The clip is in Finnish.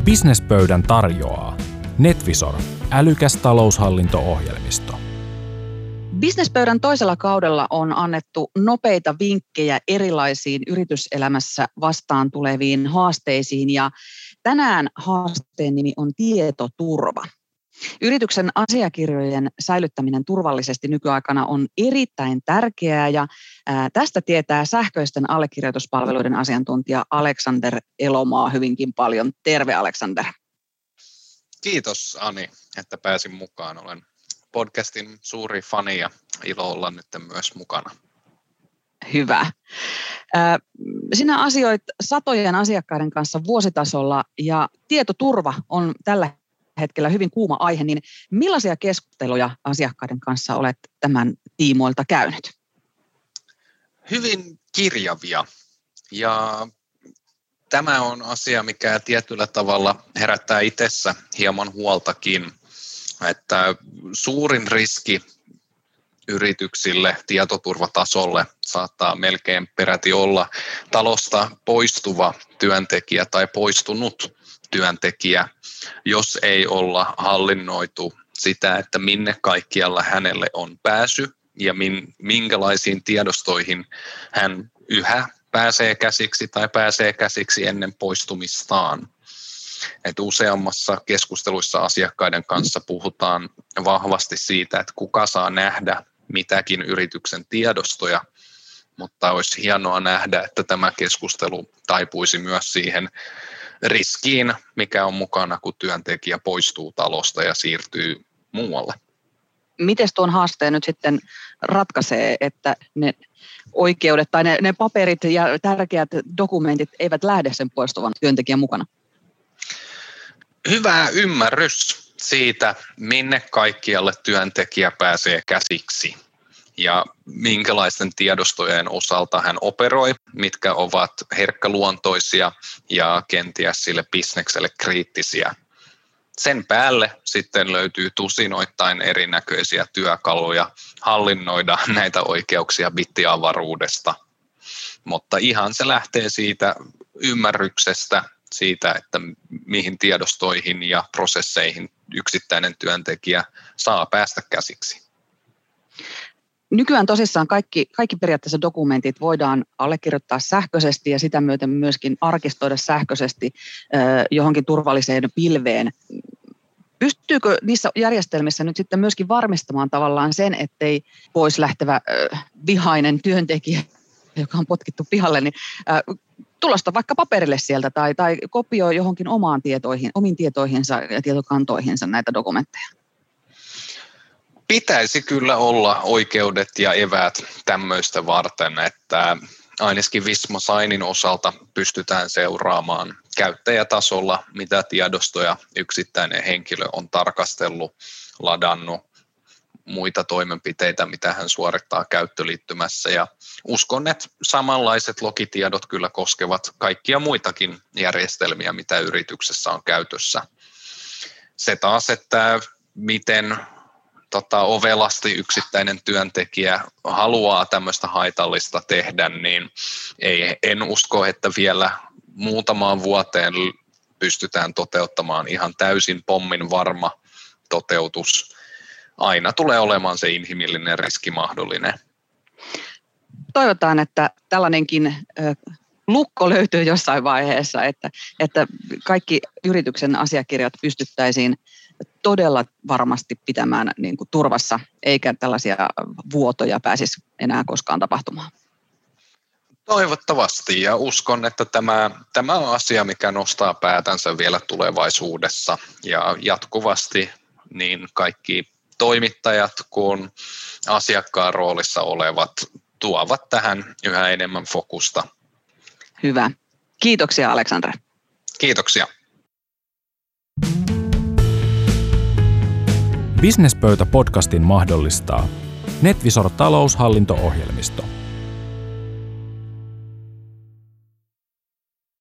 Businesspöydän tarjoaa NetVisor, älykäs taloushallinto-ohjelmisto. Businesspöydän toisella kaudella on annettu nopeita vinkkejä erilaisiin yrityselämässä vastaan tuleviin haasteisiin ja tänään haasteen nimi on tietoturva. Yrityksen asiakirjojen säilyttäminen turvallisesti nykyaikana on erittäin tärkeää ja tästä tietää sähköisten allekirjoituspalveluiden asiantuntija Alexander Elomaa hyvinkin paljon. Terve Alexander. Kiitos Ani, että pääsin mukaan. Olen podcastin suuri fani ja ilo olla nyt myös mukana. Hyvä. Sinä asioit satojen asiakkaiden kanssa vuositasolla ja tietoturva on tällä hetkellä hyvin kuuma aihe, niin millaisia keskusteluja asiakkaiden kanssa olet tämän tiimoilta käynyt? Hyvin kirjavia ja tämä on asia, mikä tietyllä tavalla herättää itsessä hieman huoltakin, että suurin riski yrityksille tietoturvatasolle saattaa melkein peräti olla talosta poistuva työntekijä tai poistunut työntekijä, jos ei olla hallinnoitu sitä, että minne kaikkialla hänelle on pääsy ja minkälaisiin tiedostoihin hän yhä pääsee käsiksi tai pääsee käsiksi ennen poistumistaan. Et useammassa keskusteluissa asiakkaiden kanssa puhutaan vahvasti siitä, että kuka saa nähdä mitäkin yrityksen tiedostoja, mutta olisi hienoa nähdä, että tämä keskustelu taipuisi myös siihen riskiin, mikä on mukana, kun työntekijä poistuu talosta ja siirtyy muualle. Miten tuon haasteen nyt sitten ratkaisee, että ne oikeudet tai ne paperit ja tärkeät dokumentit eivät lähde sen poistuvan työntekijän mukana? Hyvä ymmärrys siitä, minne kaikkialle työntekijä pääsee käsiksi ja minkälaisten tiedostojen osalta hän operoi, mitkä ovat herkkäluontoisia ja kenties sille bisnekselle kriittisiä. Sen päälle sitten löytyy tusinoittain erinäköisiä työkaluja hallinnoida näitä oikeuksia bittiavaruudesta, mutta ihan se lähtee siitä ymmärryksestä, siitä, että mihin tiedostoihin ja prosesseihin yksittäinen työntekijä saa päästä käsiksi. Nykyään tosissaan kaikki periaatteessa dokumentit voidaan allekirjoittaa sähköisesti ja sitä myöten myöskin arkistoida sähköisesti johonkin turvalliseen pilveen. Pystyykö niissä järjestelmissä nyt sitten myöskin varmistamaan tavallaan sen, ettei pois lähtevä vihainen työntekijä, joka on potkittu pihalle, niin tulosta vaikka paperille sieltä tai kopioi johonkin omiin tietoihinsa ja tietokantoihinsa näitä dokumentteja? Pitäisi kyllä olla oikeudet ja eväät tämmöistä varten, että ainakin Visma Signin osalta pystytään seuraamaan käyttäjätasolla, mitä tiedostoja yksittäinen henkilö on tarkastellut, ladannut, muita toimenpiteitä, mitä hän suorittaa käyttöliittymässä. Ja uskon, että samanlaiset logitiedot kyllä koskevat kaikkia muitakin järjestelmiä, mitä yrityksessä on käytössä. Se taas, että miten ovelasti yksittäinen työntekijä haluaa tämmöistä haitallista tehdä, niin en usko, että vielä muutamaan vuoteen pystytään toteuttamaan ihan täysin pommin varma toteutus. Aina tulee olemaan se inhimillinen riski mahdollinen. Toivotaan, että tällainenkin lukko löytyy jossain vaiheessa, että kaikki yrityksen asiakirjat pystyttäisiin todella varmasti pitämään niin kuin turvassa, eikä tällaisia vuotoja pääsisi enää koskaan tapahtumaan. Toivottavasti ja uskon, että tämä on asia, mikä nostaa päätänsä vielä tulevaisuudessa ja jatkuvasti niin kaikki toimittajat kuin asiakkaan roolissa olevat tuovat tähän yhä enemmän fokusta. Hyvä. Kiitoksia Alexander. Kiitoksia. Businesspöytä podcastin mahdollistaa NetVisor taloushallinto-ohjelmisto.